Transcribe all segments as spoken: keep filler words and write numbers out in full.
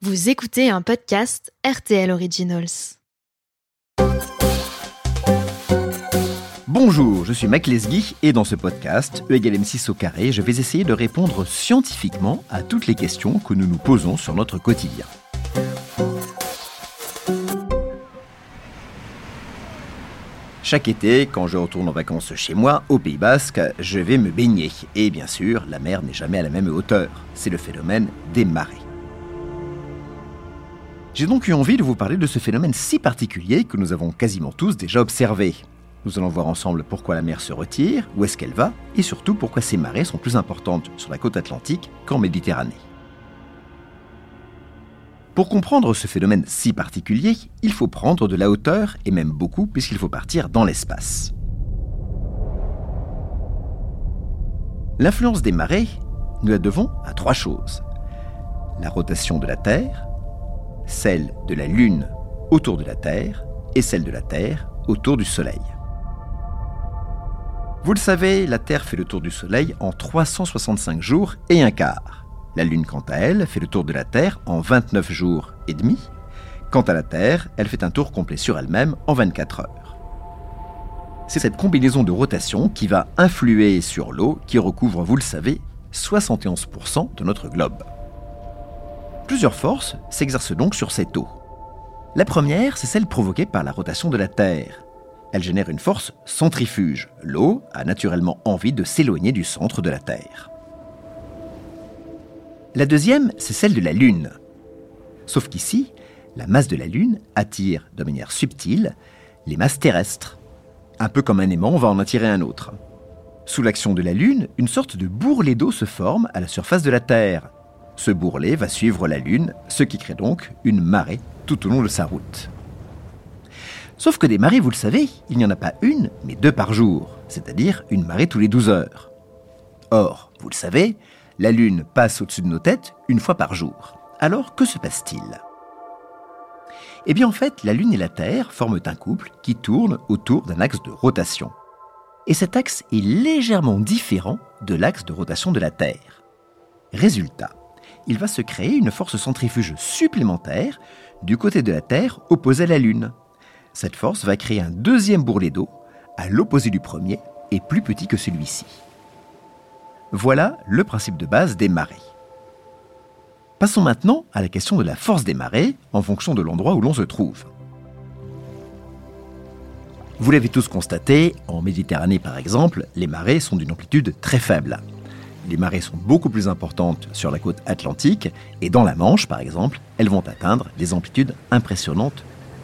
Vous écoutez un podcast R T L Originals. Bonjour, je suis Mac Lesguy et dans ce podcast, E égale M six au carré, je vais essayer de répondre scientifiquement à toutes les questions que nous nous posons sur notre quotidien. Chaque été, quand je retourne en vacances chez moi, au Pays Basque, je vais me baigner. Et bien sûr, la mer n'est jamais à la même hauteur. C'est le phénomène des marées. J'ai donc eu envie de vous parler de ce phénomène si particulier que nous avons quasiment tous déjà observé. Nous allons voir ensemble pourquoi la mer se retire, où est-ce qu'elle va, et surtout pourquoi ces marées sont plus importantes sur la côte atlantique qu'en Méditerranée. Pour comprendre ce phénomène si particulier, il faut prendre de la hauteur, et même beaucoup, puisqu'il faut partir dans l'espace. L'influence des marées, nous la devons à trois choses. La rotation de la Terre, celle de la Lune autour de la Terre, et celle de la Terre autour du Soleil. Vous le savez, la Terre fait le tour du Soleil en trois cent soixante-cinq jours et un quart. La Lune, quant à elle, fait le tour de la Terre en vingt-neuf jours et demi. Quant à la Terre, elle fait un tour complet sur elle-même en vingt-quatre heures. C'est cette combinaison de rotation qui va influer sur l'eau qui recouvre, vous le savez, soixante et onze pour cent de notre globe. Plusieurs forces s'exercent donc sur cette eau. La première, c'est celle provoquée par la rotation de la Terre. Elle génère une force centrifuge. L'eau a naturellement envie de s'éloigner du centre de la Terre. La deuxième, c'est celle de la Lune. Sauf qu'ici, la masse de la Lune attire de manière subtile les masses terrestres. Un peu comme un aimant va en attirer un autre. Sous l'action de la Lune, une sorte de bourrelet d'eau se forme à la surface de la Terre. Ce bourrelet va suivre la Lune, ce qui crée donc une marée tout au long de sa route. Sauf que des marées, vous le savez, il n'y en a pas une, mais deux par jour, c'est-à-dire une marée tous les douze heures. Or, vous le savez, la Lune passe au-dessus de nos têtes une fois par jour. Alors, que se passe-t-il ? Eh bien, en fait, la Lune et la Terre forment un couple qui tourne autour d'un axe de rotation. Et cet axe est légèrement différent de l'axe de rotation de la Terre. Résultat, il va se créer une force centrifuge supplémentaire du côté de la Terre opposé à la Lune. Cette force va créer un deuxième bourrelet d'eau à l'opposé du premier et plus petit que celui-ci. Voilà le principe de base des marées. Passons maintenant à la question de la force des marées en fonction de l'endroit où l'on se trouve. Vous l'avez tous constaté, en Méditerranée par exemple, les marées sont d'une amplitude très faible. Les marées sont beaucoup plus importantes sur la côte atlantique et dans la Manche, par exemple, elles vont atteindre des amplitudes impressionnantes. Pourquoi ?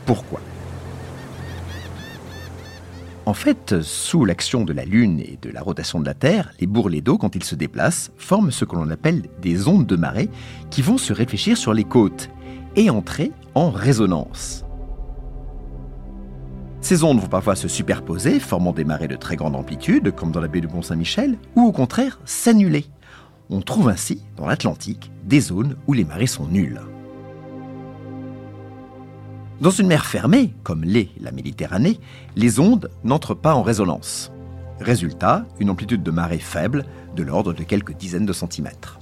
En fait, sous l'action de la Lune et de la rotation de la Terre, les bourrelets d'eau, quand ils se déplacent, forment ce que l'on appelle des ondes de marée qui vont se réfléchir sur les côtes et entrer en résonance. Ces ondes vont parfois se superposer, formant des marées de très grande amplitude, comme dans la baie du Mont-Saint-Michel, ou au contraire s'annuler. On trouve ainsi, dans l'Atlantique, des zones où les marées sont nulles. Dans une mer fermée, comme l'est la Méditerranée, les ondes n'entrent pas en résonance. Résultat, une amplitude de marée faible, de l'ordre de quelques dizaines de centimètres.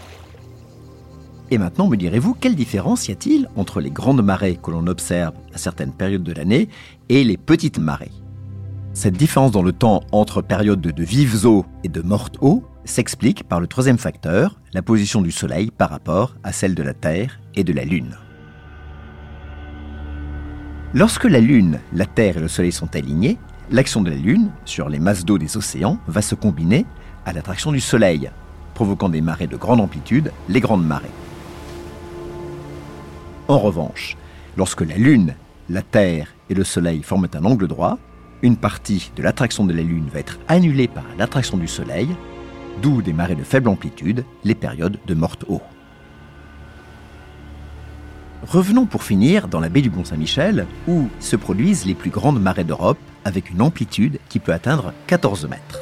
Et maintenant, me direz-vous, quelle différence y a-t-il entre les grandes marées que l'on observe à certaines périodes de l'année et les petites marées ? Cette différence dans le temps entre périodes de vives eaux et de mortes eaux s'explique par le troisième facteur, la position du Soleil par rapport à celle de la Terre et de la Lune. Lorsque la Lune, la Terre et le Soleil sont alignés, l'action de la Lune sur les masses d'eau des océans va se combiner à l'attraction du Soleil, provoquant des marées de grande amplitude, les grandes marées. En revanche, lorsque la Lune, la Terre et le Soleil forment un angle droit, une partie de l'attraction de la Lune va être annulée par l'attraction du Soleil, d'où des marées de faible amplitude, les périodes de morte eau. Revenons pour finir dans la baie du Mont-Saint-Michel, où se produisent les plus grandes marées d'Europe, avec une amplitude qui peut atteindre quatorze mètres.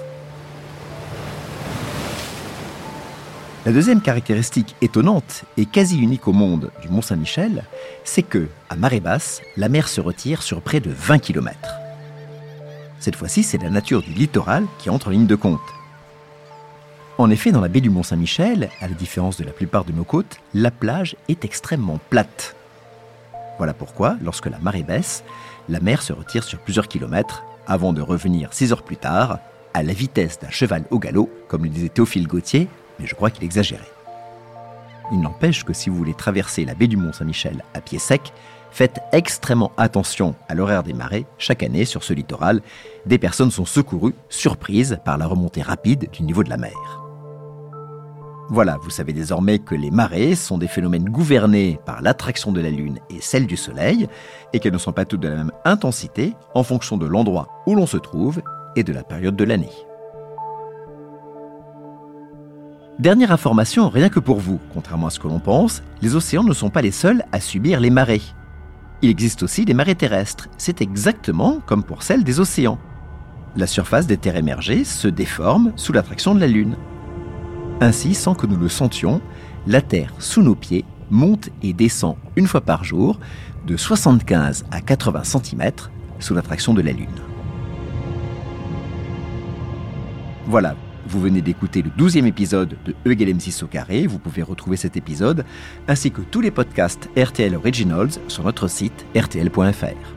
La deuxième caractéristique étonnante et quasi unique au monde du Mont-Saint-Michel, c'est que, à marée basse, la mer se retire sur près de vingt kilomètres. Cette fois-ci, c'est la nature du littoral qui entre en ligne de compte. En effet, dans la baie du Mont-Saint-Michel, à la différence de la plupart de nos côtes, la plage est extrêmement plate. Voilà pourquoi, lorsque la marée baisse, la mer se retire sur plusieurs kilomètres avant de revenir six heures plus tard, à la vitesse d'un cheval au galop, comme le disait Théophile Gautier, mais je crois qu'il exagérait. Il n'empêche que si vous voulez traverser la baie du Mont-Saint-Michel à pied sec, faites extrêmement attention à l'horaire des marées. Chaque année, sur ce littoral, des personnes sont secourues, surprises par la remontée rapide du niveau de la mer. Voilà, vous savez désormais que les marées sont des phénomènes gouvernés par l'attraction de la Lune et celle du Soleil, et qu'elles ne sont pas toutes de la même intensité en fonction de l'endroit où l'on se trouve et de la période de l'année. Dernière information, rien que pour vous, contrairement à ce que l'on pense, les océans ne sont pas les seuls à subir les marées. Il existe aussi des marées terrestres, c'est exactement comme pour celles des océans. La surface des terres émergées se déforme sous l'attraction de la Lune. Ainsi, sans que nous le sentions, la Terre sous nos pieds monte et descend une fois par jour de soixante-quinze à quatre-vingts centimètres sous l'attraction de la Lune. Voilà, vous venez d'écouter le douzième épisode de E égale M six au carré. Vous pouvez retrouver cet épisode ainsi que tous les podcasts R T L Originals sur notre site r t l point f r.